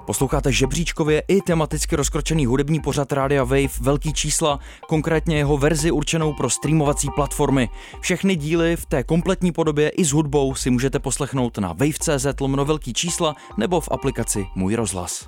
Posloucháte žebříčkově i tematicky rozkročený hudební pořad Rádia Wave Velký čísla, konkrétně jeho verzi určenou pro streamovací platformy. Všechny díly v té kompletní podobě i s hudbou si můžete poslechnout na wave.cz/velký čísla nebo v aplikaci Můj rozhlas.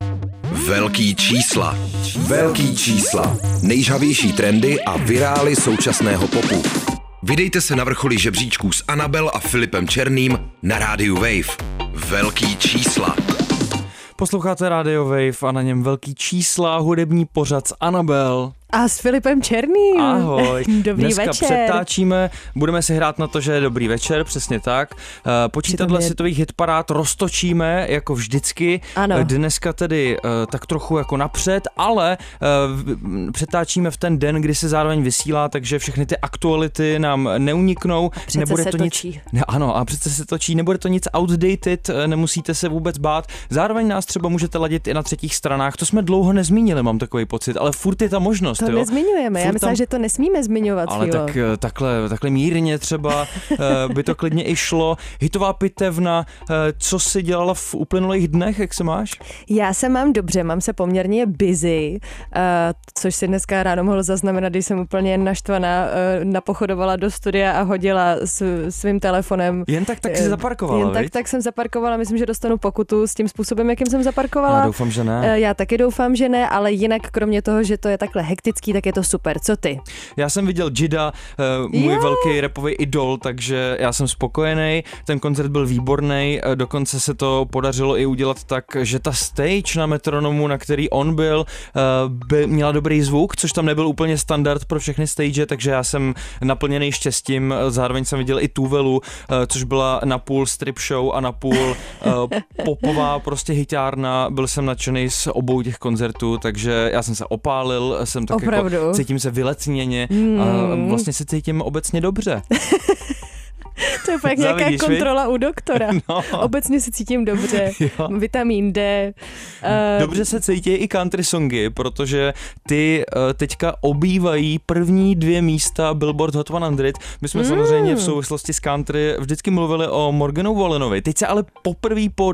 Velký čísla. Velký čísla. Nejžhavější trendy a virály současného popu. Vydejte se na vrcholy žebříčků s Anabel a Filipem Černým na rádiu Wave. Velký čísla. Posloucháte Radio Wave a na něm Velký čísla, hudební pořad s Anabel. A s Filipem Černým. Ahoj. Dobrý Dneska večer. přetáčíme, budeme si hrát na to, že je dobrý večer, přesně tak. Počítadla světových hitparád roztočíme, jako vždycky. Ano. Dneska tedy tak trochu jako napřed, ale přetáčíme v ten den, kdy se zároveň vysílá, takže všechny ty aktuality nám neuniknou. Přece nebude se to točí. Nic, ne, ano, a přece se točí, nebude to nic outdated, nemusíte se vůbec bát. Zároveň nás třeba můžete ladit i na třetích stranách, to jsme dlouho nezmínili, mám takový pocit, ale furt je ta možnost. To nezmiňujeme, já myslím, že to nesmíme zmiňovat. Ale takhle mírně třeba by to klidně i šlo. Hitová pitevna, co jsi dělala v uplynulých dnech, jak se máš? Já se mám dobře, mám se poměrně busy, což si dneska ráno mohlo zaznamenat, když jsem úplně naštvaná napochodovala do studia a hodila svým telefonem. Jen tak si zaparkovala, tak jsem zaparkovala, myslím, že dostanu pokutu s tím způsobem, jakým jsem zaparkovala. Já doufám, že ne. Já taky doufám, že ne, ale jinak kromě toho, že to je takhle hektický, tak je to super. Co ty? Já jsem viděl Jida, můj velký rapový idol, takže já jsem spokojený. Ten koncert byl výborný, dokonce se to podařilo i udělat tak, že ta stage na Metronomu, na který on byl, měla dobrý zvuk, což tam nebyl úplně standard pro všechny stage, takže já jsem naplněný štěstím. Zároveň jsem viděl i Tuvelu, což byla napůl strip show a napůl popová prostě hitárna. Byl jsem nadšený z obou těch koncertů, takže já jsem se opálil, jsem tak jako, cítím se vylecněně a vlastně se cítím obecně dobře. To je fakt nějaká kontrola u doktora. No. Obecně se cítím dobře. Vitamin D. Dobře se cítí i country songy, protože ty teďka obývají první 2 místa Billboard Hot 100. My jsme samozřejmě v souvislosti s country vždycky mluvili o Morganu Wallenovi. Teď se ale poprvé po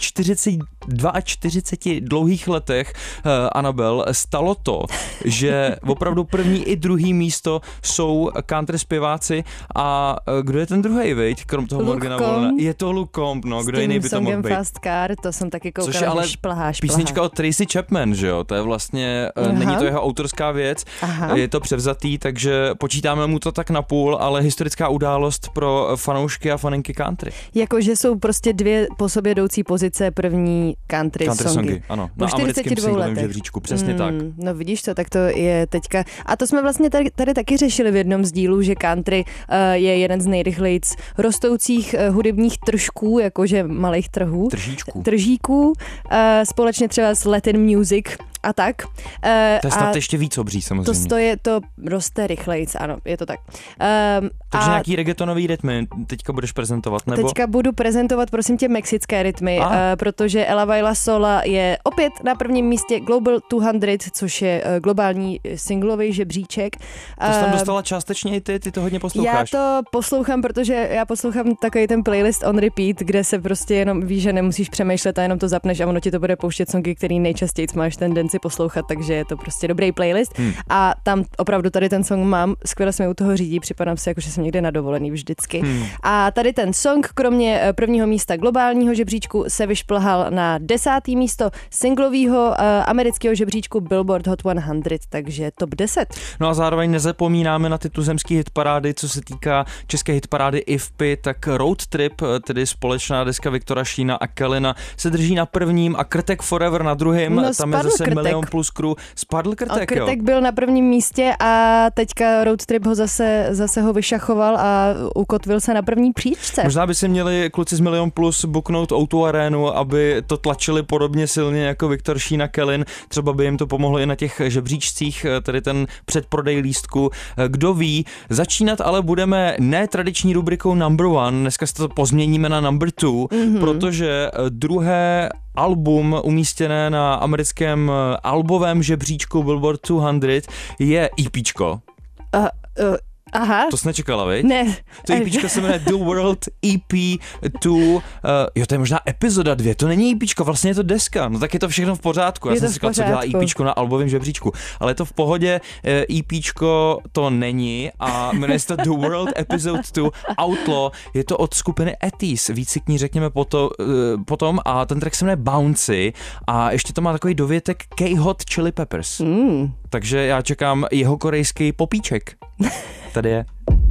42 dlouhých letech, Anabel, stalo to, že opravdu první i druhý místo jsou country zpěváci a kdo je ten druhý, viď? Krom toho Morgana Wallena. Je to Luke Combs, no, kdo jiný by to mohl být. Fast Car, to jsem taky koukala, což je ale písnička od Tracy Chapman, že jo? To je vlastně, není to jeho autorská věc, je to převzatý, takže počítáme mu to tak na půl, ale historická událost pro fanoušky a faninky country. Jakože jsou prostě 2 po sobě jdoucí pozice první country songy. Ano, po na americkém singlovém žebříčku, přesně tak. No vidíš to, tak to je teďka. A to jsme vlastně tady taky řešili v jednom z dílů, že country je jeden z nejrychleji rostoucích hudebních tržků, jakože malých trhů. Tržíků. Společně třeba s Latin Music a tak. To je snad ještě víc obří, samozřejmě. To roste rychlejc, ano, je to tak. Takže nějaký reggaetonový rytmy teďka budeš prezentovat, nebo? Teďka budu prezentovat, prosím tě, mexické rytmy, protože Ela Baila Sola je opět na prvním místě Global 200, což je globální singlový žebříček. To jsi tam dostala částečně i ty to hodně posloucháš. Já to poslouchám, protože já poslouchám takový ten playlist on repeat, kde se prostě jenom víš, že nemusíš přemýšlet a jenom to zapneš a ono ti to bude pouštět songy, který nejčastěji máš tendenci poslouchat, takže je to prostě dobrý playlist. A tam opravdu tady ten song mám, skvěle se mi u toho řídí, připadám si jako, že jsem někde na dovolený vždycky. A tady ten song, kromě prvního místa globálního žebříčku, se vyšplhal na 10. místo singlového amerického žebříčku Billboard Hot 100, takže top 10. No a zároveň nezapomínáme na ty tuzemský hitparády, co se týká české hitparády IFPy, tak Road Trip, tedy společná deska Viktora Šína a Kellyna, se drží na prvním a Krtek Forever na druhém. No, tam je zase Milion plus crew. Spadl Krtek, Krtek byl na prvním místě a teďka Road Trip ho zase ho vyšachoval a ukotvil se na první příčce. Možná by si měli kluci z Milion plus booknout O2 Arenu, aby to tlačili podobně silně jako Viktor Šín a Kellyn. Třeba by jim to pomohlo i na těch žebříčcích, tedy ten předprodej lístku. Kdo ví, začínat ale budeme ne tradiční rubrikou number 1, dneska se to pozměníme na number 2, protože druhé album umístěné na americkém albovém žebříčku Billboard 200 je EPčko. Aha. To jsi nečekala, viď? Ne. To EPčko se jmenuje The World EP2, jo, to je možná epizoda 2, to není EPčko, vlastně je to deska, no tak je to všechno v pořádku, já jsem si říkal, co dělá EPčko na albovém žebříčku, ale je to v pohodě, EPčko to není a jmenuje se to The World Episode 2 Outlaw, je to od skupiny Etis, víc si k ní řekněme potom a ten track se jmenuje Bouncy a ještě to má takový dovětek K-Hot Chili Peppers, takže já čekám jeho korejský popíček. Tady je.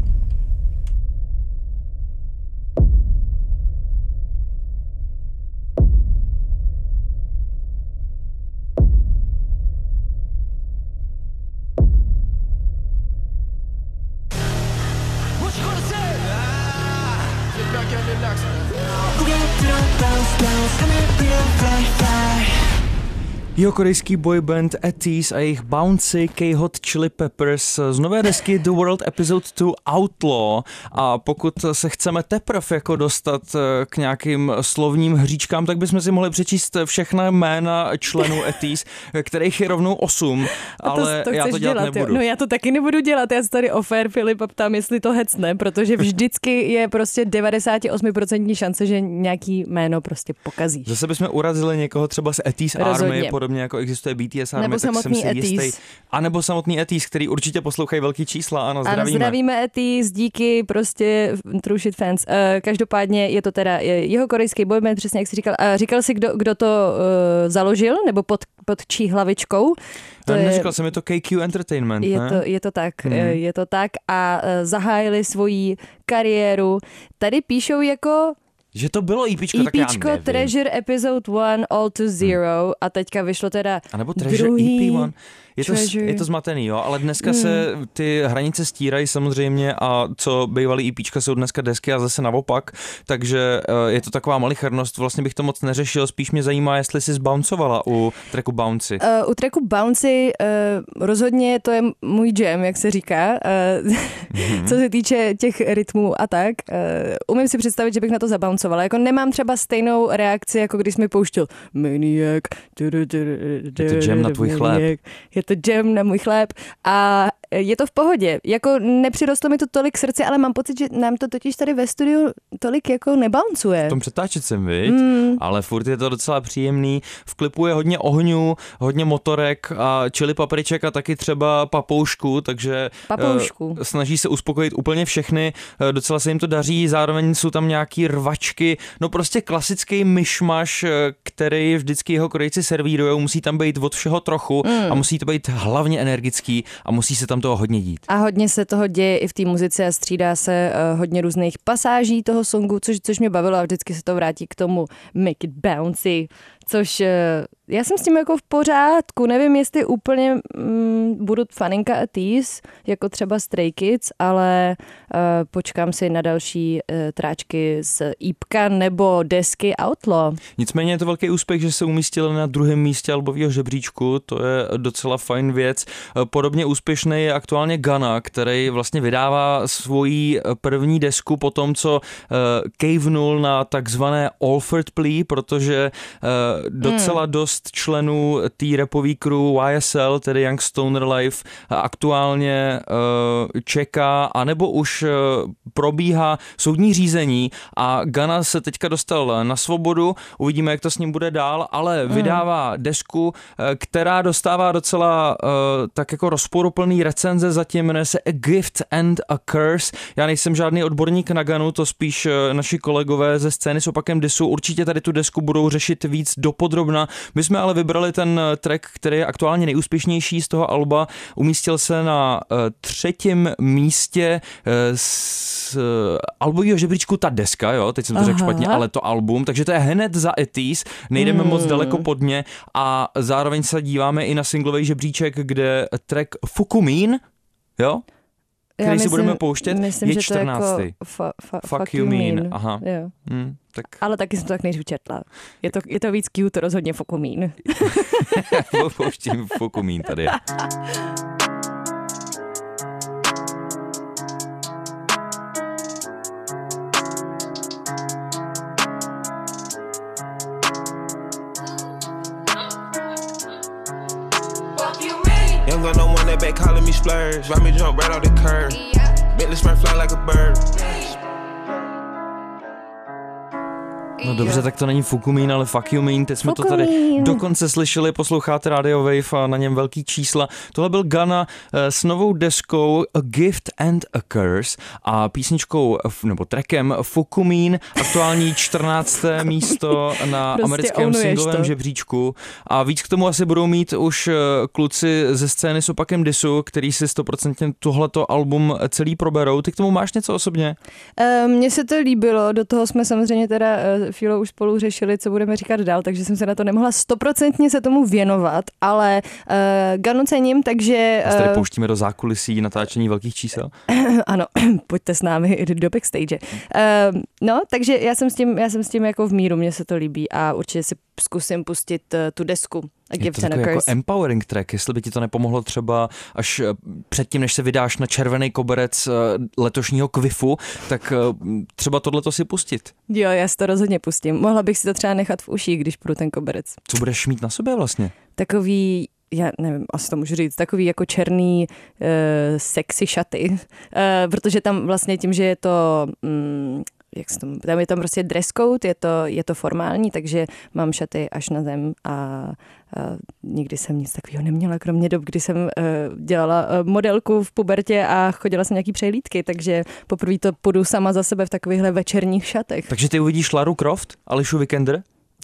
Jeho korejský boyband Etis a jejich Bouncy K-Hot Chili Peppers z nové desky The World Episode 2 Outlaw a pokud se chceme teprve jako dostat k nějakým slovním hříčkám, tak bychom si mohli přečíst všechna jména členů Etis, kterých je rovnou 8, ale já to dělat nebudu. No já to taky nebudu dělat, já se tady ofér Filipa ptám, jestli to hecne, protože vždycky je prostě 98% šance, že nějaký jméno prostě pokazíš. Zase bychom urazili někoho třeba z Etis Army, podobně jako existuje BTS Army, tak jsem si jistý. A nebo samotný Etis, který určitě poslouchají velký čísla, ano, zdravíme. Ano, zdravíme Etis, díky, prostě True Shit fans. Každopádně je to teda jeho korejský boyband, přesně jak jsi říkal. Říkal jsi, kdo to založil, nebo pod čí hlavičkou? Neříkal jsem, je to KQ Entertainment, ne? Je to tak, je to tak a zahájili svoji kariéru. Tady píšou jako... Že to bylo EPčko, tak já nevím. Treasure Episode 1 All to Zero a teďka vyšlo teda a nebo Treasure druhý EP1. Je to zmatený, jo, ale dneska se ty hranice stírají samozřejmě a co bývalý EPčka jsou dneska desky a zase naopak, takže je to taková malichernost, vlastně bych to moc neřešil, spíš mě zajímá, jestli jsi zbouncovala u tracku Bouncy. U tracku Bouncy rozhodně to je můj jam, jak se říká, co se týče těch rytmů a tak. Umím si představit, že bych na to zabouncovala, jako nemám třeba stejnou reakci, jako když jsi mi pouštěl Maniac. Je to jam na tvůj chléb. Je to jam na můj chléb a je to v pohodě. Jako nepřirostlo mi to tolik srdce, ale mám pocit, že nám to totiž tady ve studiu tolik jako nebouncuje. V tom přetáčecem, viď? Ale furt je to docela příjemný. V klipu je hodně ohňů, hodně motorek a chili papriček a taky třeba papoušku, takže snaží se uspokojit úplně všechny. Docela se jim to daří, zároveň jsou tam nějaký rvačky, no prostě klasický myšmaš, který vždycky jeho Korejci servírujou, musí tam být od všeho trochu a musí to být hlavně energický a musí se tam toho hodně dít. A hodně se toho děje i v té muzice a střídá se hodně různých pasáží toho songu, což mě bavilo a vždycky se to vrátí k tomu Make It Bouncy, což já jsem s tím jako v pořádku, nevím, jestli úplně budu faninka Etis, jako třeba Stray Kids, ale počkám si na další tráčky z EPka nebo desky Outlaw. Nicméně je to velký úspěch, že se umístili na druhém místě albového žebříčku, to je docela fajn věc. Podobně úspěšný je aktuálně Gunna, který vlastně vydává svoji první desku po tom, co cavenul na takzvané Alford Plea, protože docela dost členů té rapové crew YSL, tedy Young Stoner Life, aktuálně čeká, anebo už probíhá soudní řízení a Gunna se teďka dostal na svobodu, uvidíme, jak to s ním bude dál, ale vydává desku, která dostává docela tak jako rozporuplný recenze, zatím jmenuje se A Gift and a Curse. Já nejsem žádný odborník na Gunnu, to spíš naši kolegové ze scény s Opakem disu, určitě tady tu desku budou řešit víc dopodrobna. My jsme ale vybrali ten track, který je aktuálně nejúspěšnější z toho alba. Umístil se na 3. místě z albového žebříčku ta deska, jo, teď jsem to řekl špatně, ale to album, takže to je hned za Etis, nejdeme moc daleko pod ně a zároveň se díváme i na singlový žebříček, kde track Fukumin, jo, který si budeme pouštět, je 14. Fuck you mean. Aha. Tak. Ale taky jsem to tak nejdřív četla. Je to víc cute, rozhodně Fukumín. Pouštím Fukumín tady. Young gun, no one that back calling me splurge. Ride me jump right off the curb. Make this man fly like a bird. No dobře, tak to není Fukumín, ale Fuck You Mean. Teď jsme to tady dokonce slyšeli, posloucháte Radio Wave a na něm velký čísla. Tohle byl Gunna s novou deskou A Gift and a Curse a písničkou nebo trackem Fukumín, aktuální 14. místo na prostě americkém singlovém žebříčku. A víc k tomu asi budou mít už kluci ze scény s Opakem Disu, který si 100% tohleto album celý proberou. Ty k tomu máš něco osobně? Mně se to líbilo, do toho jsme samozřejmě teda Filo už spolu řešili, co budeme říkat dál, takže jsem se na to nemohla 100% se tomu věnovat, ale Gunnu cením, takže... Tady pouštíme do zákulisí natáčení velkých čísel. Ano, pojďte s námi do backstage. No, takže já jsem s tím jako v míru, mně se to líbí a určitě si zkusím pustit tu desku. Je to takový jako empowering track, jestli by ti to nepomohlo třeba až předtím, než se vydáš na červený koberec letošního Kvifu, tak třeba tohleto si pustit. Jo, já si to rozhodně pustím. Mohla bych si to třeba nechat v uších, když půjdu ten koberec. Co budeš mít na sobě vlastně? Takový, já nevím, asi to můžu říct, takový jako černý sexy šaty, protože tam vlastně tím, že je to... tam je tam prostě dress code, je to formální, takže mám šaty až na zem a nikdy jsem nic takového neměla, kromě dob, kdy jsem dělala modelku v pubertě a chodila jsem nějaký přehlídky, takže poprvé to půjdu sama za sebe v takovýchhle večerních šatech. Takže ty uvidíš Laru Croft, Ališu Vikander?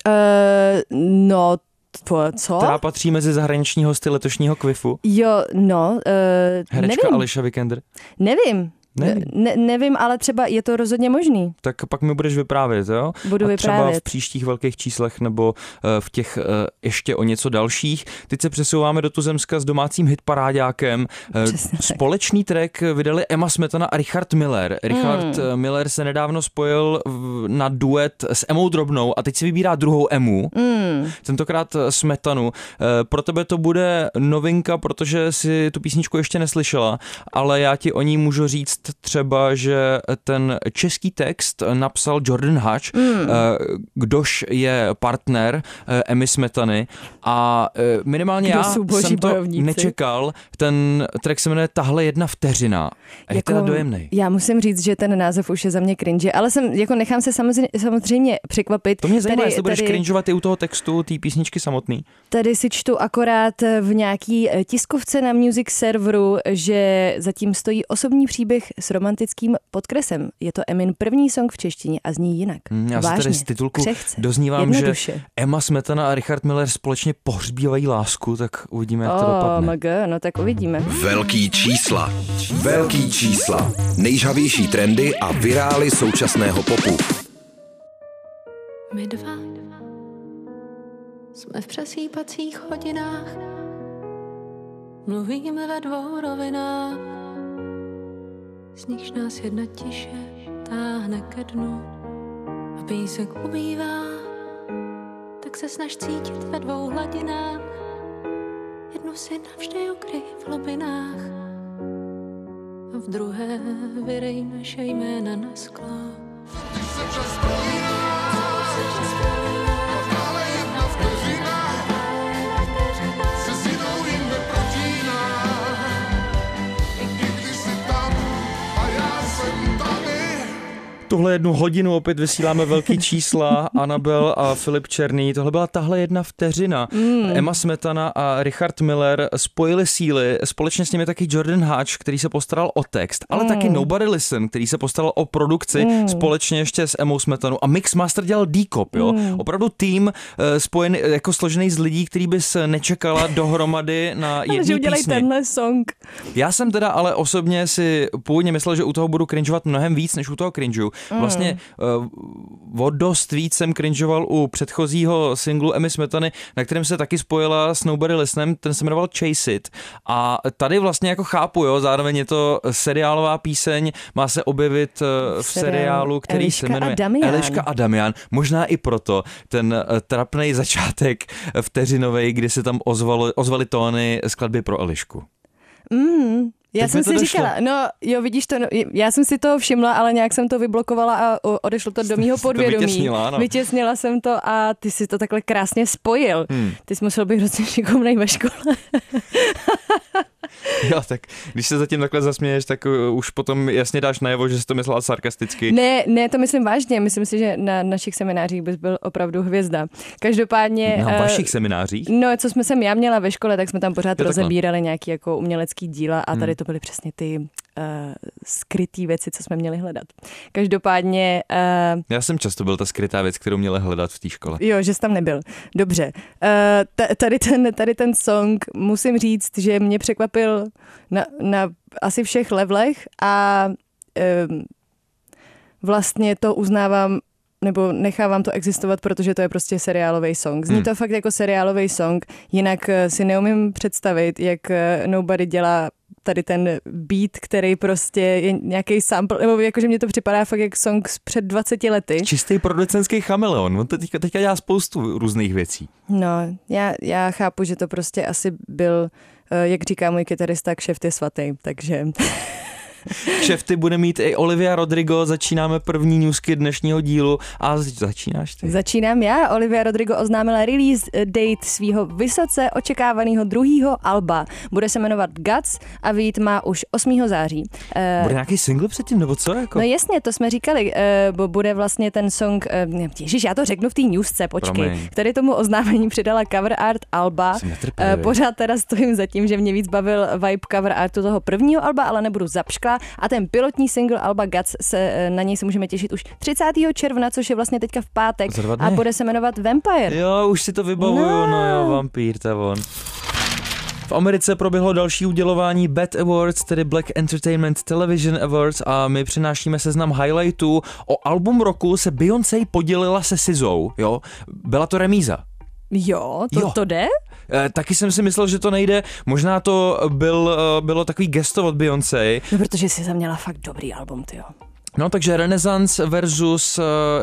No, co? Která patří mezi zahraniční hosty letošního Kvifu. Jo, no, herečka nevím. Ališa Vikander? Nevím. Nevím, ale třeba je to rozhodně možný. Tak pak mi budeš vyprávět, jo? Budu vyprávět. Třeba v příštích velkých číslech nebo v těch ještě o něco dalších. Teď se přesouváme do Tuzemska s domácím hitparáďákem. Společný track vydali Emma Smetana a Richard Miller. Richard Miller se nedávno spojil na duet s Emmou Drobnou a teď si vybírá druhou Emmu. Tentokrát Smetanu. Pro tebe to bude novinka, protože si tu písničku ještě neslyšela, ale já ti o ní můžu říct třeba, že ten český text napsal Jordan Hatch, kdož je partner Emmy Smetany a minimálně já jsem to nečekal. Ten track se jmenuje Tahle jedna vteřina. A je teda dojemnej. Já musím říct, že ten název už je za mě cringe, ale nechám se samozřejmě překvapit. To mě zajímá, jestli budeš cringeovat i u toho textu, té písničky samotný. Tady si čtu akorát v nějaký tiskovce na Music serveru, že zatím stojí osobní příběh s romantickým podkresem. Je to Emmin první song v češtině a zní jinak. Já se tady z titulku doznívám, že Emma Smetana a Richard Miller společně pohřbívají lásku, tak uvidíme, jak to dopadne. No tak uvidíme. Velký čísla. Velký čísla. Nejžhavější trendy a virály současného popu. My dva jsme v přesýpacích hodinách, mluvíme ve dvou rovinách, z nichž nás jedna tiše táhne ke dnu a písek ubývá, tak se snaž cítit ve dvou hladinách, jednu si navždy ukryj v hlubinách a v druhé vyrej naše jména na sklo. Tuhle jednu hodinu opět vysíláme velký čísla, Anabel a Filip Černý. Tohle byla tahle jedna vteřina. Emma Smetana a Richard Miller spojili síly, společně s nimi taky Jordan Hatch, který se postaral o text, ale taky Nobody Listen, který se postaral o produkci společně ještě s Emmou Smetanou a Mixmaster dělal D-Cop, jo. Opravdu tým spojený, jako složený z lidí, který bys nečekala dohromady na jedné písni. Udělají tenhle song. Já jsem teda ale osobně si původně myslel, že u toho budu cringeovat mnohem víc, než u toho cringeu. Vlastně o dost víc jsem cringeoval u předchozího singlu Emmy Smetany, na kterém se taky spojila s Nobody Listenem, ten se jmenoval Chase It. A tady vlastně jako chápu, jo, zároveň je to seriálová píseň, má se objevit v seriálu, který Eliška se jmenuje Eliška a Damian. Možná i proto ten trapnej začátek vteřinovej, kdy se tam ozvaly tóny skladby pro Elišku. Já jsem si říkala, no jo, vidíš to, no, já jsem si toho všimla, ale nějak jsem to vyblokovala a odešlo to do mýho podvědomí. Vytěsnila jsem to a ty si to takhle krásně spojil. Ty jsi musel být hrozně šikovnej ve škole. Jo, tak když se zatím takhle zasměješ, tak už potom jasně dáš najevo, že jsi to myslela sarkasticky. Ne, to myslím vážně. Myslím si, že na našich seminářích bys byl opravdu hvězda. Každopádně... Na vašich seminářích? No, co jsem já měla ve škole, tak jsme tam pořád rozebírali nějaký jako umělecký díla a tady to byly přesně ty skrytý věci, co jsme měli hledat. Každopádně... Já jsem často byl ta skrytá věc, kterou měla hledat v té škole. Jo, že jsi tam nebyl. Dobře. Tady ten song, musím říct, že mě překvapil na asi všech levelech a vlastně to uznávám nebo nechávám to existovat, protože to je prostě seriálový song. Zní to fakt jako seriálový song, jinak si neumím představit, jak Nobody dělá tady ten beat, který prostě je nějaký sample, nebo jakože mě to připadá fakt jak song z před 20 lety. Čistý producentský chameleon, on teďka dělá spoustu různých věcí. No, já chápu, že to prostě asi byl, jak říká můj kytarista, kšeft je svatý, takže... Kšefty bude mít i Olivia Rodrigo, začínáme první newsky dnešního dílu a začínáš ty. Začínám já. Olivia Rodrigo oznámila release date svého vysoce očekávaného druhého alba. Bude se jmenovat Guts a vyjít má už 8. září. Bude nějaký single předtím, nebo co? Jako? No jasně, to jsme říkali. Bude vlastně ten song, ježiš, já to řeknu v té newsce, počkej, který tomu oznámení přidala cover art alba. Pořád teda stojím za tím, že mě víc bavil vibe cover artu toho prvního alba, ale nebudu zapšklá. A ten pilotní single alba Guts, na něj se můžeme těšit už 30. června, což je vlastně teďka v pátek a bude se jmenovat Vampire. Jo, už si to vybavuju, no jo, vampír, to je on. V Americe proběhlo další udělování BET Awards, tedy Black Entertainment Television Awards a my přinášíme seznam highlightů. O album roku se Beyoncé podělila se SZA, jo, byla to remíza. Jo, to jde? Taky jsem si myslel, že to nejde. Možná to bylo takový gesto od Beyoncé. No, protože si tam měla fakt dobrý album, tyjo. No, takže Renaissance versus,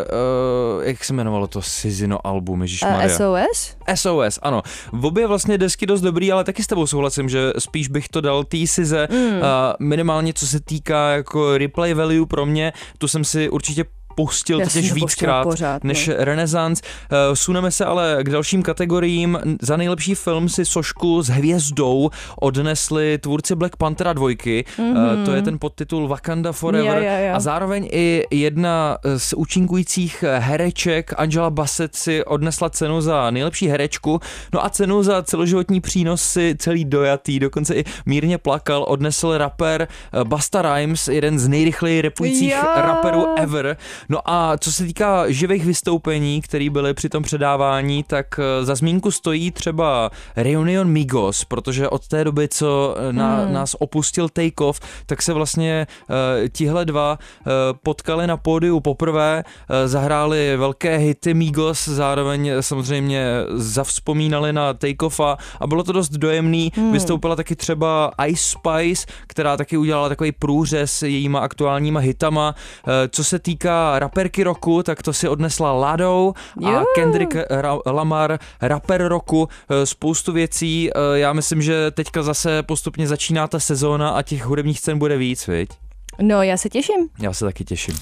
jak se jmenovalo to SZA album, ježišmarja. SOS? SOS, ano. V obě vlastně desky dost dobrý, ale taky s tebou souhlasím, že spíš bych to dal tý SZA. Minimálně co se týká jako replay value pro mě, tu jsem si určitě pustil teď víckrát než Renaissance. Suneme se ale k dalším kategoriím. Za nejlepší film si sošku s hvězdou odnesli tvůrci Black Panthera 2. To je ten podtitul Wakanda Forever. A zároveň i jedna z účinkujících hereček, Angela Bassett, si odnesla cenu za nejlepší herečku. No a cenu za celoživotní přínos si celý dojatý, dokonce i mírně plakal, odnesl rapper Busta Rhymes, jeden z nejrychleji rapujících raperů ever. No a co se týká živých vystoupení, které byly při tom předávání, tak za zmínku stojí třeba Reunion Migos, protože od té doby, co nás opustil Takeoff, tak se vlastně tihle dva potkali na pódiu poprvé, zahráli velké hity Migos, zároveň samozřejmě zavzpomínali na Takeoffa a bylo to dost dojemný. Vystoupila taky třeba Ice Spice, která taky udělala takový průřez jejíma aktuálníma hitama. Co se týká raperky roku, tak to si odnesla Lado a Kendrick Lamar, rapper roku, spoustu věcí. Já myslím, že teďka zase postupně začíná ta sezóna a těch hudebních scén bude víc, viď? No, já se těším. Já se taky těším.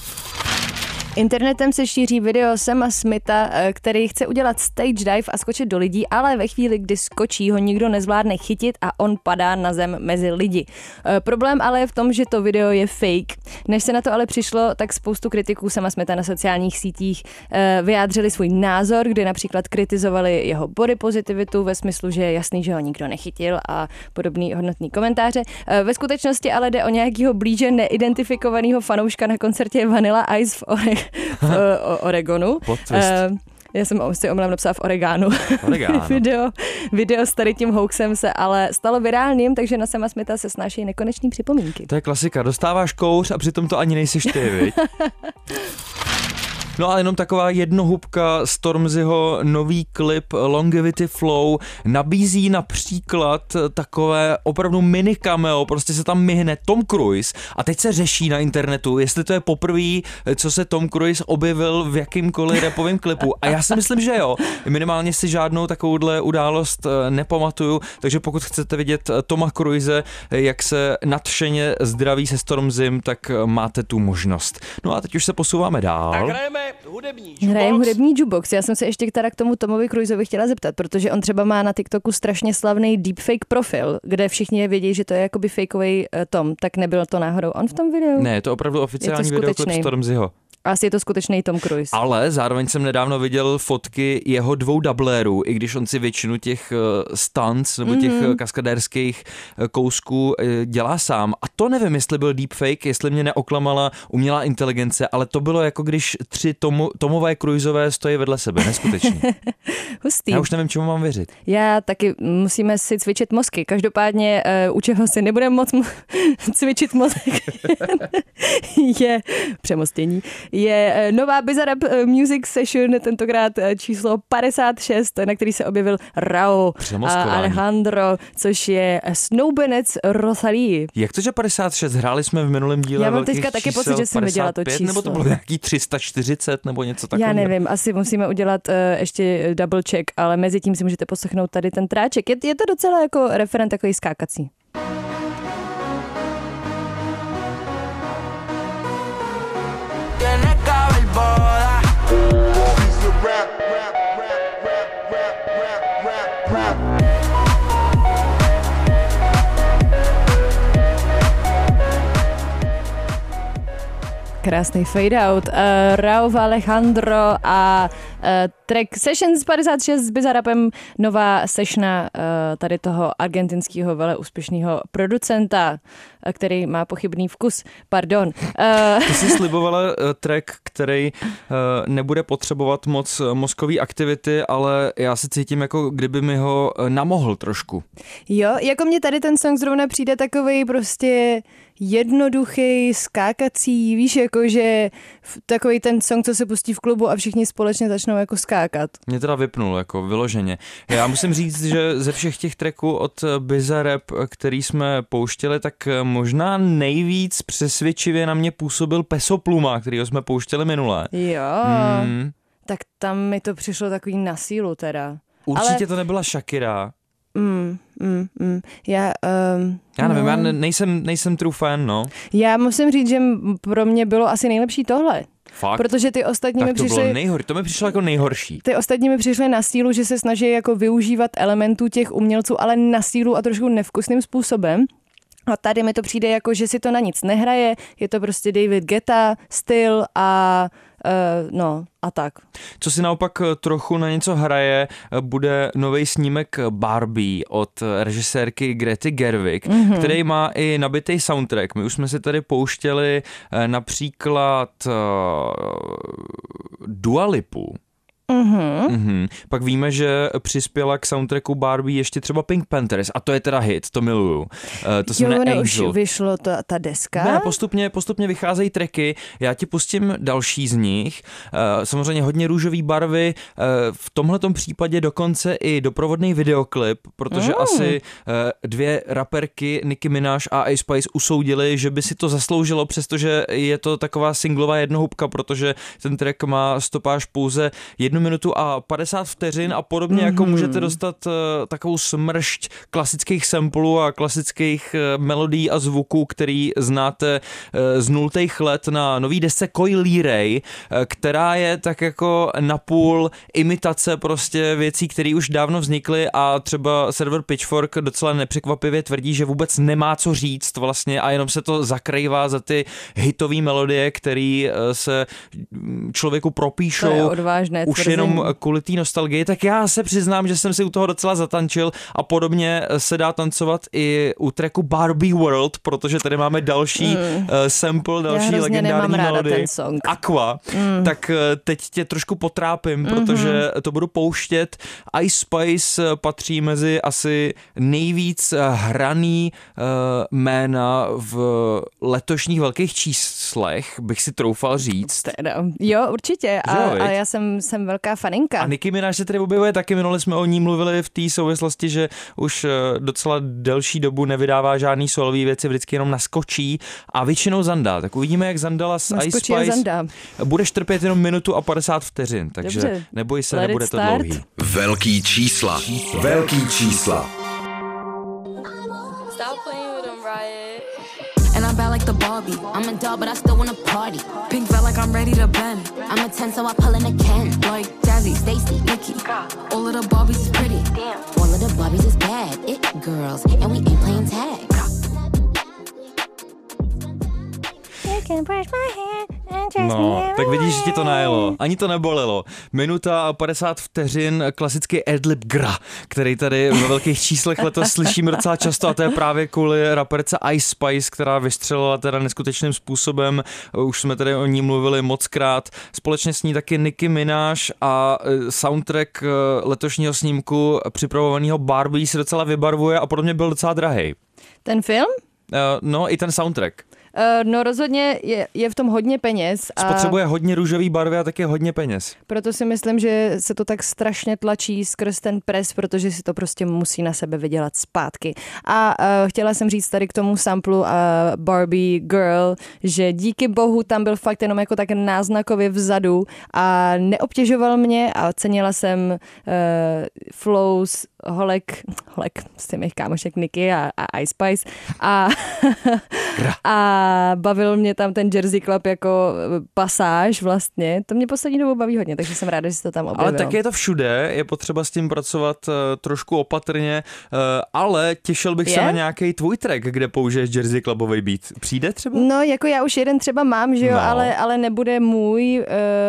Internetem se šíří video Sama Smitha, který chce udělat stage dive a skočit do lidí, ale ve chvíli, kdy skočí, ho nikdo nezvládne chytit a on padá na zem mezi lidi. Problém ale je v tom, že to video je fake. Než se na to ale přišlo, tak spoustu kritiků Sama Smitha na sociálních sítích vyjádřili svůj názor, kdy například kritizovali jeho body pozitivitu ve smyslu, že je jasný, že ho nikdo nechytil a podobný hodnotný komentáře. Ve skutečnosti ale jde o nějakého blíže neidentifikovaného fanouška na koncertě Vanilla Ice v Oregonu. Já jsem si omylem napsala v Oregonu. video s tady tím hoaxem se ale stalo virálním, takže na Sama Smitha se snáší nekonečný připomínky. To je klasika, dostáváš kouř a přitom to ani nejseš ty, viď? No a jenom taková jednohubka, Stormzyho nový klip Longevity Flow nabízí například takové opravdu mini cameo, prostě se tam myhne Tom Cruise a teď se řeší na internetu, jestli to je poprvé, co se Tom Cruise objevil v jakýmkoliv rapovém klipu a já si myslím, že jo, minimálně si žádnou takovouhle událost nepamatuju, takže pokud chcete vidět Toma Cruise, jak se nadšeně zdraví se Stormzym, tak máte tu možnost. No a teď už se posouváme dál. Tak hrajeme Hrajeme hudební jukebox. Já jsem se ještě teda k tomu Tomovi Cruiseovi chtěla zeptat, protože on třeba má na TikToku strašně slavný deepfake profil, kde všichni vědí, že to je jakoby fakeový Tom. Tak nebyl to náhodou on v tom videu? Ne, je to opravdu oficiální videoklip Stormzyho. Asi je to skutečný Tom Cruise. Ale zároveň jsem nedávno viděl fotky jeho 2 dublérů, i když on si většinu těch stunts nebo těch kaskadérských kousků dělá sám. A to nevím, jestli byl deepfake, jestli mě neoklamala umělá inteligence, ale to bylo jako když 3 Tomové Cruiseové stojí vedle sebe, neskutečně. Hustý. Já už nevím, čemu mám věřit. Já taky musíme si cvičit mozky. Každopádně u čeho si nebudeme moc cvičit mozek je přemostění. Je nová Bizarrap Music Session, tentokrát číslo 56, na který se objevil Rauw a Alejandro, což je snoubenec Rosalii. Jak to, že 56? Hráli jsme v minulém díle. Já mám teďka taky pocit, že jsem viděla to číslo. Nebo to bylo nějaký 340 nebo něco takového? Já nevím, asi musíme udělat ještě double check, ale mezi tím si můžete poslechnout tady ten tráček. Je to docela jako referent takový skákací. Krásný fade out. Rauw, Alejandro a track Sessions 56 s Bizarrapem, nová sessiona tady toho argentinského veleúspěšného producenta, který má pochybný vkus. Pardon. Ty jsi slibovala track, který nebude potřebovat moc mozkový aktivity, ale já se cítím, jako kdyby mi ho namohl trošku. Jo, jako mně tady ten song zrovna přijde takovej prostě jednoduchý, skákací, víš, jakože takový ten song, co se pustí v klubu a všichni společně začnou jako skákat. Mě teda vypnul, jako vyloženě. Já musím říct, že ze všech těch tracků od Bizarrap, který jsme pouštěli, tak možná nejvíc přesvědčivě na mě působil Peso Pluma, kterýho jsme pouštěli minule. Jo, tak tam mi to přišlo takový na sílu teda. Určitě to nebyla Shakira. Já nevím, já nejsem true fan, no. Já musím říct, že pro mě bylo asi nejlepší tohle. Fakt? Protože ty ostatní mi přišly... To mi přišlo jako nejhorší. Ty ostatní mi přišly na sílu, že se snaží jako využívat elementů těch umělců, ale na sílu a trošku nevkusným způsobem. A tady mi to přijde jako, že si to na nic nehraje, je to prostě David Guetta styl a a tak. Co si naopak trochu na něco hraje, bude nový snímek Barbie od režisérky Grety Gerwig, který má i nabitý soundtrack. My už jsme si tady pouštěli například Dua Lipu. Pak víme, že přispěla k soundtracku Barbie ještě třeba Pink Panthers a to je teda hit, to miluju. To se jmenuje Angel. Už vyšlo ta deska? Ne, postupně vycházejí tracky, já ti pustím další z nich. Samozřejmě hodně růžový barvy, v tomhletom případě dokonce i doprovodný videoklip, protože asi 2 raperky Nicki Minaj a Ice Spice usoudili, že by si to zasloužilo, přestože je to taková singlová jednohubka, protože ten track má stopáž pouze 1 minutu a 50 vteřin a podobně jako můžete dostat takovou smršť klasických samplů a klasických melodií a zvuků, který znáte z 0. let na nový desce Coi Leray, která je tak jako napůl imitace prostě věcí, které už dávno vznikly a třeba server Pitchfork docela nepřekvapivě tvrdí, že vůbec nemá co říct vlastně a jenom se to zakrývá za ty hitové melodie, které se člověku propíšou. To je odvážné už jenom kvůli té nostalgii, tak já se přiznám, že jsem si u toho docela zatančil a podobně se dá tancovat i u tracku Barbie World, protože tady máme další sample, další legendární melodii. Aqua. Tak teď tě trošku potrápím, protože to budu pouštět. Ice Spice patří mezi asi nejvíc hraný jména v letošních velkých číslech, bych si troufal říct. Jo, určitě. A já jsem velká faninka. A Nicki Minaj se tedy objevuje taky, minule jsme o ní mluvili v té souvislosti, že už docela delší dobu nevydává žádný solový věci, vždycky jenom naskočí a většinou zandá. Tak uvidíme, jak zandala s Ice Spice. Budeš trpět jenom 1 minutu a 50 vteřin, takže dobře, neboj se, nebude to dlouhý. Velký čísla. Velký čísla. And I'm bad like a Barbie. I'm a doll, but I still wanna party. Pink felt like I'm ready to bend. I'm a 10, so I pull in a Ken. Like Jazzy, Stacy, Nikki. All of the Barbies is pretty. Damn. All of the Barbies is bad. It girls, and we ain't playing tag. No, tak vidíš, že ti to najelo. Ani to nebolelo. Minuta a 50 vteřin, klasický adlib gra, který tady ve velkých číslech letos slyšíme docela často, a to je právě kvůli raperce Ice Spice, která vystřelila teda neskutečným způsobem. Už jsme tady o ní mluvili mockrát. Společně s ní taky Nicki Minaj a soundtrack letošního snímku připravovaného Barbie se docela vybarvuje a podle mě byl docela drahej. Ten film? No, i ten soundtrack. No rozhodně je v tom hodně peněz. Spotřebuje hodně růžový barvy a taky hodně peněz. Proto si myslím, že se to tak strašně tlačí skrz ten pres, protože si to prostě musí na sebe vydělat zpátky. A chtěla jsem říct tady k tomu samplu Barbie Girl, že díky bohu tam byl fakt jenom jako tak náznakově vzadu a neobtěžoval mě a cenila jsem flows holek z těch mých kámošek Nicky a Ice Spice a bavil mě tam ten Jersey Club jako pasáž vlastně. To mě poslední dobou baví hodně, takže jsem ráda, že se to tam objevilo. Ale tak je to všude, je potřeba s tím pracovat trošku opatrně, ale těšil bych se na nějaký tvůj track, kde použiješ Jersey Clubový beat. Přijde třeba? No, jako já už jeden třeba mám, že jo, ale nebude můj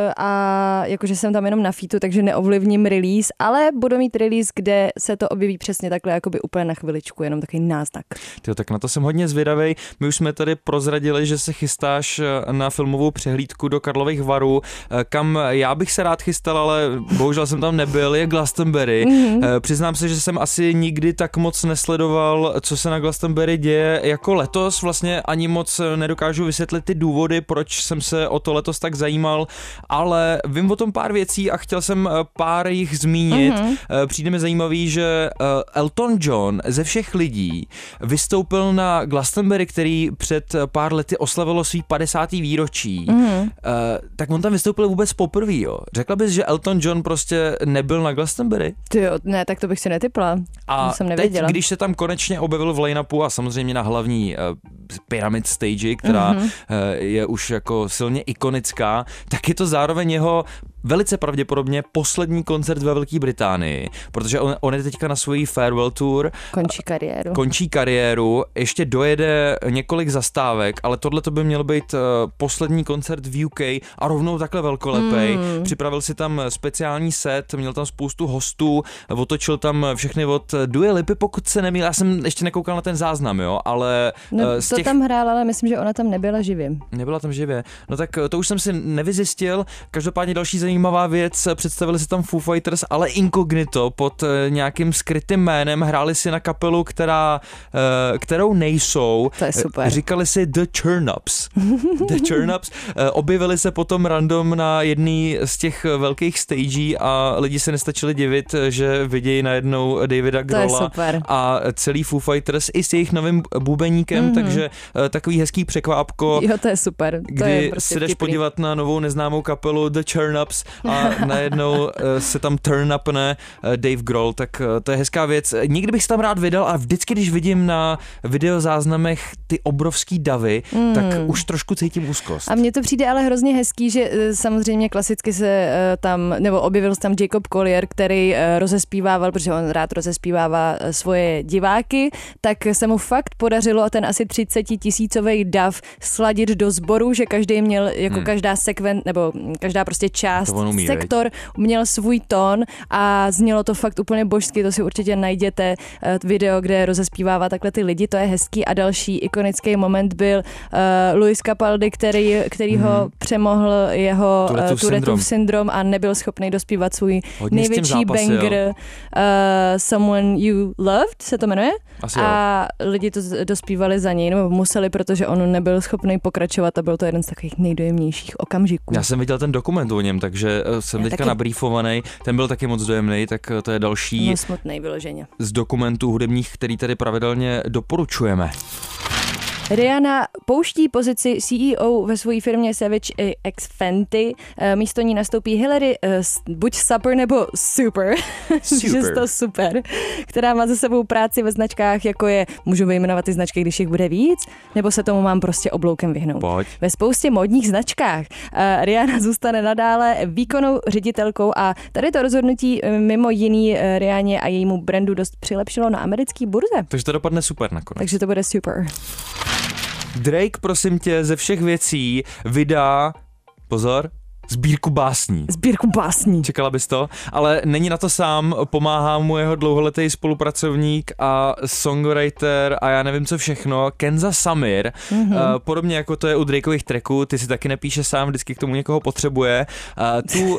a jakože jsem tam jenom na featu, takže neovlivním release, ale budu mít release, kde se to objeví přesně takhle, jakoby úplně na chviličku, jenom takový náznak. Tyjo, tak na to jsem hodně zvědavej. My už jsme tady prozradili, že se chystáš na filmovou přehlídku do Karlových Varů, kam já bych se rád chystal, ale bohužel jsem tam nebyl, je Glastonbury. Přiznám se, že jsem asi nikdy tak moc nesledoval, co se na Glastonbury děje jako letos. Vlastně ani moc nedokážu vysvětlit ty důvody, proč jsem se o to letos tak zajímal, ale vím o tom pár věcí a chtěl jsem pár jich zmínit. Přijde mi zajímavý, že Elton John ze všech lidí vystoupil na Glastonbury, který před pár lety oslavilo svý 50. výročí, tak on tam vystoupil vůbec poprvé, jo. Řekla bys, že Elton John prostě nebyl na Glastonbury? Tyjo, ne, tak to bych si netypla. A jsem nevěděla. teď, když se tam konečně objevil v line-upu a samozřejmě na hlavní Pyramid stage, která je už jako silně ikonická, tak je to zároveň jeho velice pravděpodobně poslední koncert ve Velké Británii, protože on je teďka na svojí farewell tour. Končí kariéru, ještě dojede několik zastávek, ale tohle to by měl být poslední koncert v UK a rovnou takhle velkolepej. Připravil si tam speciální set, měl tam spoustu hostů, otočil tam všechny od Dua Lipy, pokud se nemýlím. Já jsem ještě nekoukal na ten záznam, jo, ale to tam hrál, ale myslím, že ona tam nebyla živě. Nebyla tam živě. No tak to už jsem si nevyzjistil. Každopádně další zajímavá věc, představili se tam Foo Fighters, ale inkognito pod nějakým skrytým jménem, hráli si na kapelu, kterou nejsou. To je super. Říkali si The Turnups. The Turnups. Objevili se potom random na jedný z těch velkých stagí a lidi se nestačili divit, že vidějí najednou Davida Grohla a celý Foo Fighters i s jejich novým bubeníkem, takže takový hezký překvápko. Jo, to je super. Kdy prostě si jdeš podívat na novou neznámou kapelu The Turnups a najednou se tam turn-upne Dave Grohl, tak to je hezká věc. Nikdy bych se tam rád vydal a vždycky, když vidím na videozáznamech ty obrovský davy, tak už trošku cítím úzkost. A mně to přijde ale hrozně hezký, že samozřejmě klasicky se tam, nebo objevil se tam Jacob Collier, který rozespívával, protože on rád rozespívává svoje diváky, tak se mu fakt podařilo ten asi 30 000 dav sladit do sboru, že každý měl, jako každá sekvent, nebo každá prostě část, sektor měl svůj tón a znělo to fakt úplně božsky, to si určitě najděte video, kde rozespívává takhle ty lidi, to je hezký. A další ikonický moment byl Luis Capaldi, který ho přemohl jeho Tourettův syndrom a nebyl schopný dospívat svůj největší banger Someone You Loved, se to jmenuje? Asi a lidi to dospívali za něj, nebo museli, protože on nebyl schopný pokračovat a byl to jeden z takových nejdojemnějších okamžiků. Já jsem viděl ten dokument o něm, takže jsem teďka nabriefovaný, ten byl taky moc dojemný, tak to je další smutnej vyloženě z dokumentů hudebních, který tady pravidelně doporučujeme. Rihanna pouští pozici CEO ve své firmě Savage X Fenty. Místo ní nastoupí Hillary, buď Super nebo Super, že to super, která má za sebou práci ve značkách, jako je, můžu vyjmenovat ty značky, když jich bude víc, nebo se tomu mám prostě obloukem vyhnout. Pojď. Ve spoustě modních značkách Rihanna zůstane nadále výkonnou ředitelkou a tady to rozhodnutí mimo jiný Rihanně a jejímu brandu dost přilepšilo na americký burze. Takže to dopadne super nakonec. Takže to bude super. Drake, prosím tě, ze všech věcí vydá, pozor, sbírku básní. Sbírku básní. Čekala bys to? Ale není na to sám, pomáhá mu jeho dlouholetý spolupracovník a songwriter a já nevím co všechno, Kenza Samir. Podobně jako to je u Drakeových tracků, ty si taky nepíše sám, vždycky k tomu někoho potřebuje. Tu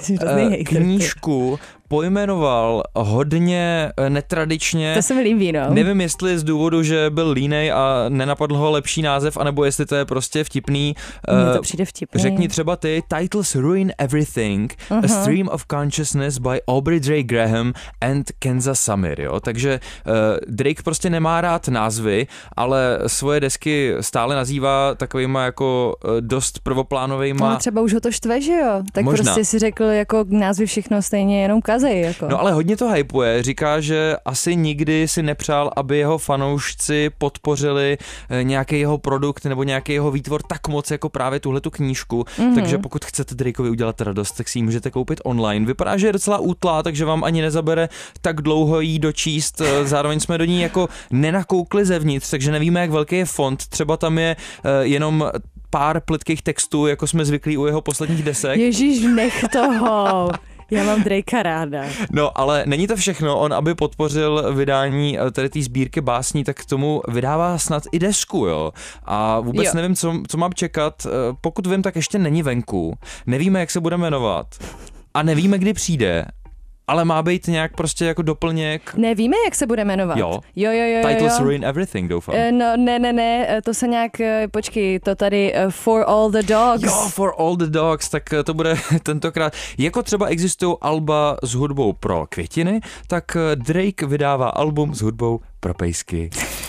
knížku pojmenoval hodně netradičně. To se mi líbí, no. Nevím, jestli z důvodu, že byl línej a nenapadl ho lepší název, anebo jestli to je prostě vtipný. Mně to přijde vtipný. Řekni třeba ty Titles Ruin Everything, A Stream of Consciousness by Aubrey Drake Graham and Kenza Samir, jo. Takže Drake prostě nemá rád názvy, ale svoje desky stále nazývá takovýma jako dost prvoplánovejma. No třeba už ho to štve, že jo? Tak možná. Prostě si řekl jako názvy všechno stejně jenom kazej, jako. No ale hodně to hypuje, říká, že asi nikdy si nepřál, aby jeho fanoušci podpořili nějaký jeho produkt nebo nějaký jeho výtvor tak moc jako právě tuhletu knížku, takže pokud chcete Drakeovi udělat radost, tak si ji můžete koupit online. Vypadá, že je docela útlá, takže vám ani nezabere tak dlouho jí dočíst, zároveň jsme do ní jako nenakoukli zevnitř, takže nevíme, jak velký je font, třeba tam je jenom pár plytkých textů, jako jsme zvyklí u jeho posledních desek. Ježíš, nech toho. Já mám Drakea ráda. No, ale není to všechno. On, aby podpořil vydání tady té sbírky básní, tak k tomu vydává snad i desku, jo. A vůbec nevím, co mám čekat. Pokud vím, tak ještě není venku. Nevíme, jak se bude jmenovat. A nevíme, kdy přijde. Ale má být nějak prostě jako doplněk. Nevíme, jak se bude jmenovat. Jo. Titles Ruin Everything, doufám. No, ne, to se nějak, počkej, to tady For All the Dogs. Jo, For All the Dogs, tak to bude tentokrát. Jako třeba existují alba s hudbou pro květiny, tak Drake vydává album s hudbou pro pejsky.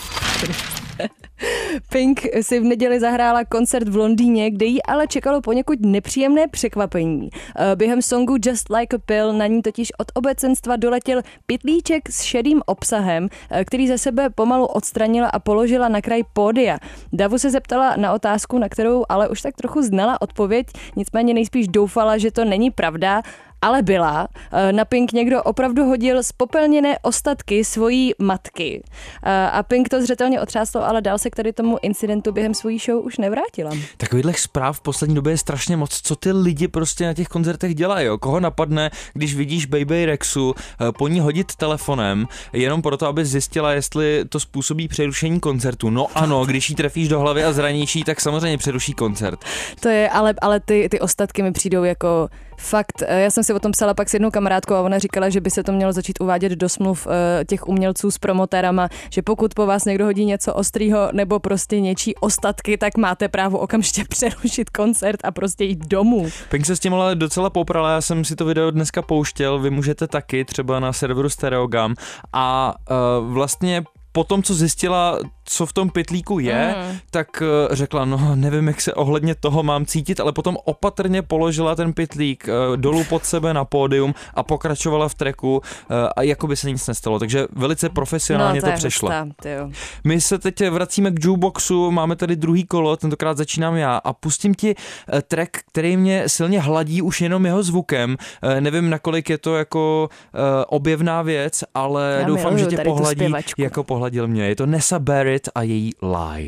Pink si v neděli zahrála koncert v Londýně, kde jí ale čekalo poněkud nepříjemné překvapení. Během songu Just Like a Pill na ní totiž od obecenstva doletěl pytlíček s šedým obsahem, který ze sebe pomalu odstranila a položila na kraj pódia. Davu se zeptala na otázku, na kterou ale už tak trochu znala odpověď, nicméně nejspíš doufala, že to není pravda, ale byla. Na Pink někdo opravdu hodil spopelněné ostatky svojí matky. A Pink to zřetelně otřáslo, ale dál se k tady tomu incidentu během svojí show už nevrátila. Takovýchhle zpráv v poslední době je strašně moc, co ty lidi prostě na těch koncertech dělají. Jo? Koho napadne, když vidíš Baby Rexu po ní hodit telefonem, jenom proto, aby zjistila, jestli to způsobí přerušení koncertu. No ano, když jí trefíš do hlavy a zraníš jí, tak samozřejmě přeruší koncert. To je, ale ty ostatky mi přijdou jako fakt. Já jsem si o tom psala pak s jednou kamarádkou a ona říkala, že by se to mělo začít uvádět do smluv těch umělců s promotérama, že pokud po vás někdo hodí něco ostrýho nebo prostě něčí ostatky, tak máte právo okamžitě přerušit koncert a prostě jít domů. Pink se s tím ale docela poprala, já jsem si to video dneska pouštěl, vy můžete taky, třeba na serveru Stereogam a vlastně po tom, co zjistila, co v tom pytlíku je, tak řekla, no nevím, jak se ohledně toho mám cítit, ale potom opatrně položila ten pytlík dolů pod sebe na pódium a pokračovala v tracku a jako by se nic nestalo, takže velice profesionálně to přešla. My se teď vracíme k jukeboxu, máme tady druhý kolo, tentokrát začínám já a pustím ti track, který mě silně hladí už jenom jeho zvukem. Nevím, nakolik je to jako objevná věc, ale já doufám, že tě pohladí, jako pohladil mě. Je to Nessa Barrett a její Lie.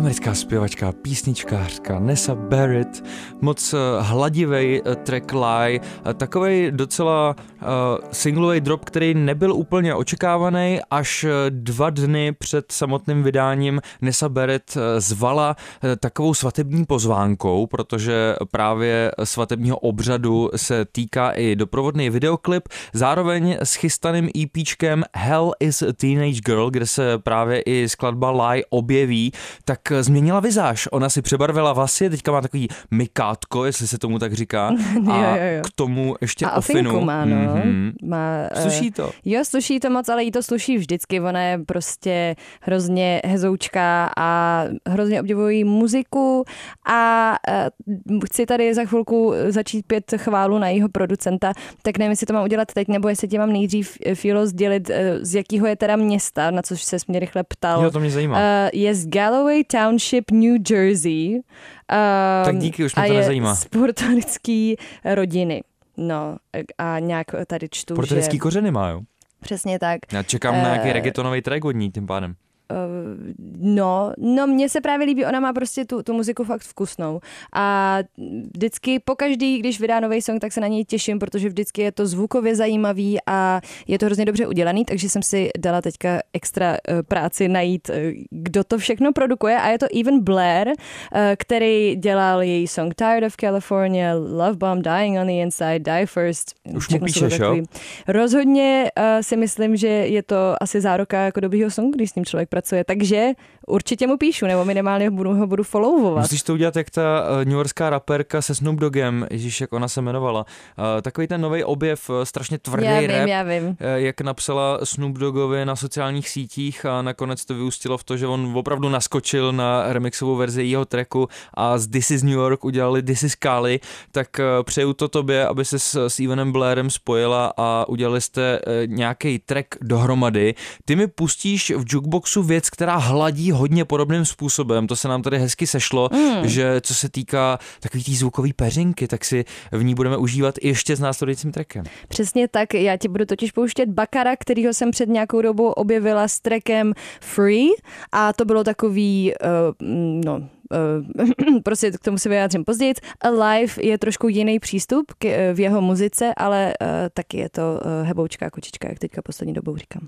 Americká zpěvačka, písničkářka Nessa Barrett, moc hladivej track Lie, takovej docela singlový drop, který nebyl úplně očekávaný, až 2 dny před samotným vydáním Nessa Barrett zvala takovou svatební pozvánkou, protože právě svatebního obřadu se týká i doprovodný videoklip, zároveň s chystaným EPčkem Hell is a Teenage Girl, kde se právě i skladba Lie objeví, tak změnila vizáž. Ona si přebarvila vlasy, teďka má takový mikátko, jestli se tomu tak říká. A k tomu ještě ofinu. Má, no. Má, sluší to? Jo, sluší to moc, ale jí to sluší vždycky. Ona je prostě hrozně hezoučká a hrozně obdivují muziku a chci tady za chvilku začít pět chválu na jejího producenta, tak nevím, jestli to mám udělat teď, nebo jestli tě mám nejdřív, Fílo, sdělit, z jakého je teda města, na což se mě rychle ptal. Jo, to mě zajímá. Je z Galloway Township, New Jersey. Tak díky, už mě to nezajímá. Z puertorický rodiny. No a nějak tady čtu, puertorický kořeny má, jo? Přesně tak. Já čekám na nějaký reggaetonový track od ní tím pádem. No, mně se právě líbí, ona má prostě tu muziku fakt vkusnou a vždycky pokaždý, když vydá nový song, tak se na něj těším, protože vždycky je to zvukově zajímavý a je to hrozně dobře udělaný, takže jsem si dala teďka extra práci najít, kdo to všechno produkuje a je to Evan Blair, který dělal její song Tired of California, Love Bomb, Dying on the Inside, Die First. Už mu píšeš, jo? Rozhodně si myslím, že je to asi záruka jako dobrýho songu, když s ním člověk pracuje, takže určitě mu píšu, nebo minimálně ho budu followovat. Musíš to udělat jak ta newyorská raperka se Snoop Doggem, ježíš, jak ona se jmenovala. Takový ten nový objev, strašně tvrdý rap, já vím. Jak napsala Snoop Doggovi na sociálních sítích a nakonec to vyústilo v to, že on opravdu naskočil na remixovou verzi jeho tracku a z This is New York udělali This is Cali, tak přeju to tobě, aby se s Evanem Blairem spojila a udělali jste nějaký track dohromady. Ty mi pustíš v jukeboxu věc, která hladí hodně podobným způsobem. To se nám tady hezky sešlo, že co se týká takový tý zvukový peřinky, tak si v ní budeme užívat i ještě s následujícím trackem. Přesně tak, já ti budu totiž pouštět Bakara, kterýho jsem před nějakou dobou objevila s trackem Free a to bylo takový, prostě k tomu se vyjádřím později. Alive je trošku jiný přístup v jeho muzice, ale taky je to heboučká kočička, jak teďka poslední dobou říkám.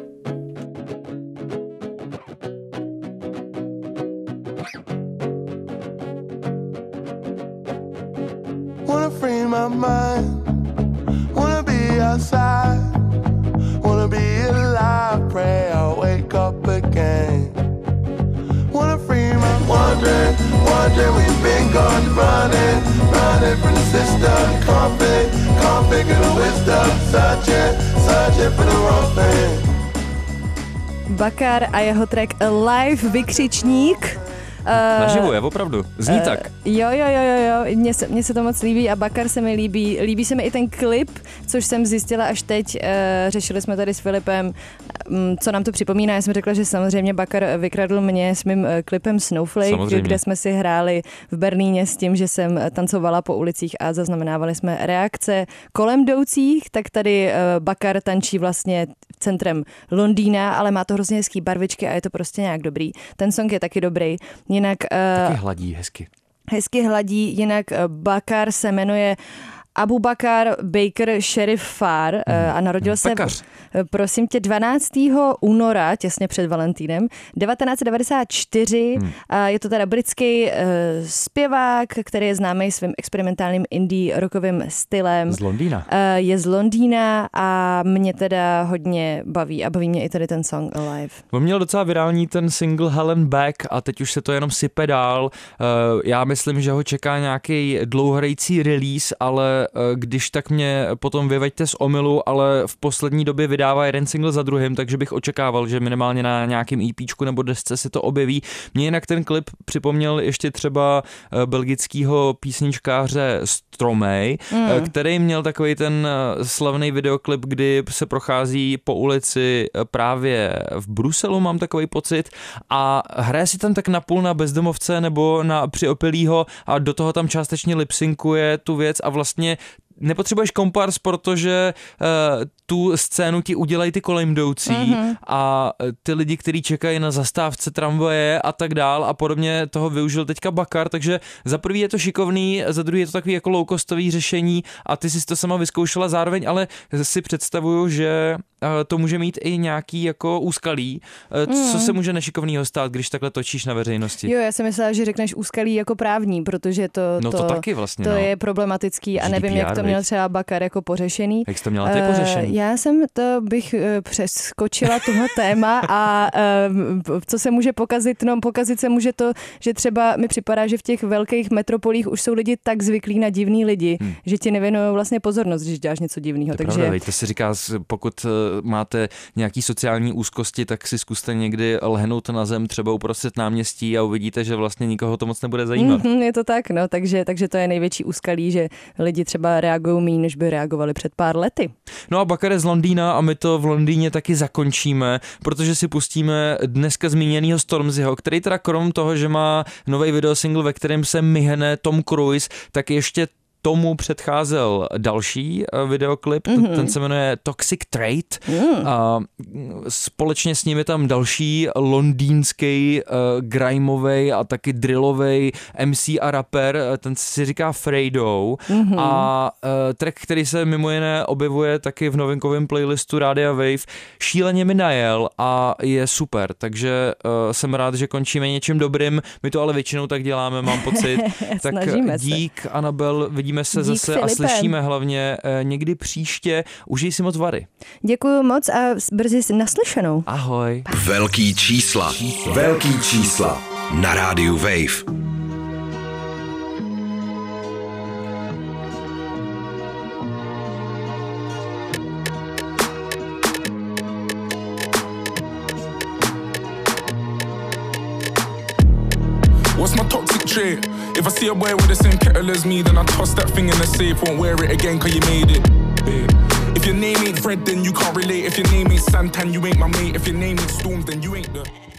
Wanna free my mind, wanna be outside, wanna be alive, pray I'll wake up again. Wanna free my wondering where you've been gone, running from the system, can't figure the wisdom, searching for the wrong thing. Bakar a jeho track Alive, vykřičník. Naživo je, opravdu. Zní tak. Jo. Mně se to moc líbí a Bakar se mi líbí. Líbí se mi i ten klip, což jsem zjistila až teď. Řešili jsme tady s Filipem, co nám to připomíná. Já jsem řekla, že samozřejmě Bakar vykradl mě s mým klipem Snowflake, samozřejmě, kde jsme si hráli v Berlíně s tím, že jsem tancovala po ulicích a zaznamenávali jsme reakce kolem jdoucích. Tak tady Bakar tančí vlastně centrem Londýna, ale má to hrozně hezký barvičky a je to prostě nějak dobrý. Ten song je taky dobrý. Jinak taky hladí hezky. Hezky hladí, jinak Bakar se jmenuje Abu Bakar Baker Sherif Far a narodil se, prosím tě, 12. února, těsně před Valentínem, 1994. Je to teda britský zpěvák, který je známý svým experimentálním indie rockovým stylem. Z Londýna. Je z Londýna a mě teda hodně baví a baví mě i tady ten song Alive. On měl docela virální ten single Helen Back a teď už se to jenom sype dál. Já myslím, že ho čeká nějaký dlouhohrající release, ale když tak mě potom vyveďte z omylu, ale v poslední době vydává jeden single za druhým, takže bych očekával, že minimálně na nějakém EPčku nebo desce se to objeví. Mně jinak ten klip připomněl ještě třeba belgického písničkáře Stromae, který měl takový ten slavný videoklip, kdy se prochází po ulici právě v Bruselu, mám takový pocit, a hraje si tam tak napůl na bezdomovce nebo na přiopilýho a do toho tam částečně lipsynkuje tu věc a vlastně nepotřebuješ kompars, protože tu scénu ti udělají ty kolem jdoucí a ty lidi, kteří čekají na zastávce tramvaje a tak dál a podobně, toho využil teďka Bakar, takže za prvý je to šikovný, za druhý je to takový jako low-costový řešení a ty jsi to sama vyzkoušela zároveň, ale si představuju, že to může mít i nějaký jako úskalí. Co se může nešikovnýho stát, když takhle točíš na veřejnosti? Jo, já jsem myslela, že řekneš úskalí jako právní, protože to taky vlastně, to je problematický a nevím, jak to měl třeba Bakar jako pořešený. Jak jsi to měla ty pořešený? Já jsem bych přeskočila tohle téma a co se může pokazit? No, pokazit se může to, že třeba mi připadá, že v těch velkých metropolích už jsou lidi tak zvyklí na divný lidi, že ti nevěnují vlastně pozornost, když děláš něco divného. Takže pravda, to se říká, pokud máte nějaký sociální úzkosti, tak si zkuste někdy lehnout na zem třeba uprostřed náměstí a uvidíte, že vlastně nikoho to moc nebude zajímat. Je to tak, no, takže to je největší úskalí, že lidi třeba reagují méně, než by reagovali před pár lety. No a Bakar je z Londýna a my to v Londýně taky zakončíme, protože si pustíme dneska zmíněnýho Stormzyho, který teda krom toho, že má nový videosingle, ve kterém se myhne Tom Cruise, tak ještě tomu předcházel další videoklip, ten se jmenuje Toxic Trade a společně s ním je tam další londýnský grimeovej a taky drillovej MC a rapper, ten si říká Fredo a track, který se mimo jiné objevuje taky v novinkovém playlistu Rádia Wave, šíleně mi najel a je super, takže jsem rád, že končíme něčím dobrým, my to ale většinou tak děláme, mám pocit. Tak dík, Anabel, vidíme se dík zase Filipe. A slyšíme hlavně někdy příště. Užij si moc Vary. Děkuju moc a brzy naslyšenou. Ahoj. Velký čísla. Velký čísla. Na rádiu Wave. What's my toxic trait? If I see a boy with the same kettle as me, then I toss that thing in the safe, won't wear it again cause you made it. If your name ain't Fred, then you can't relate. If your name ain't Santan, you ain't my mate. If your name ain't Storms, then you ain't the...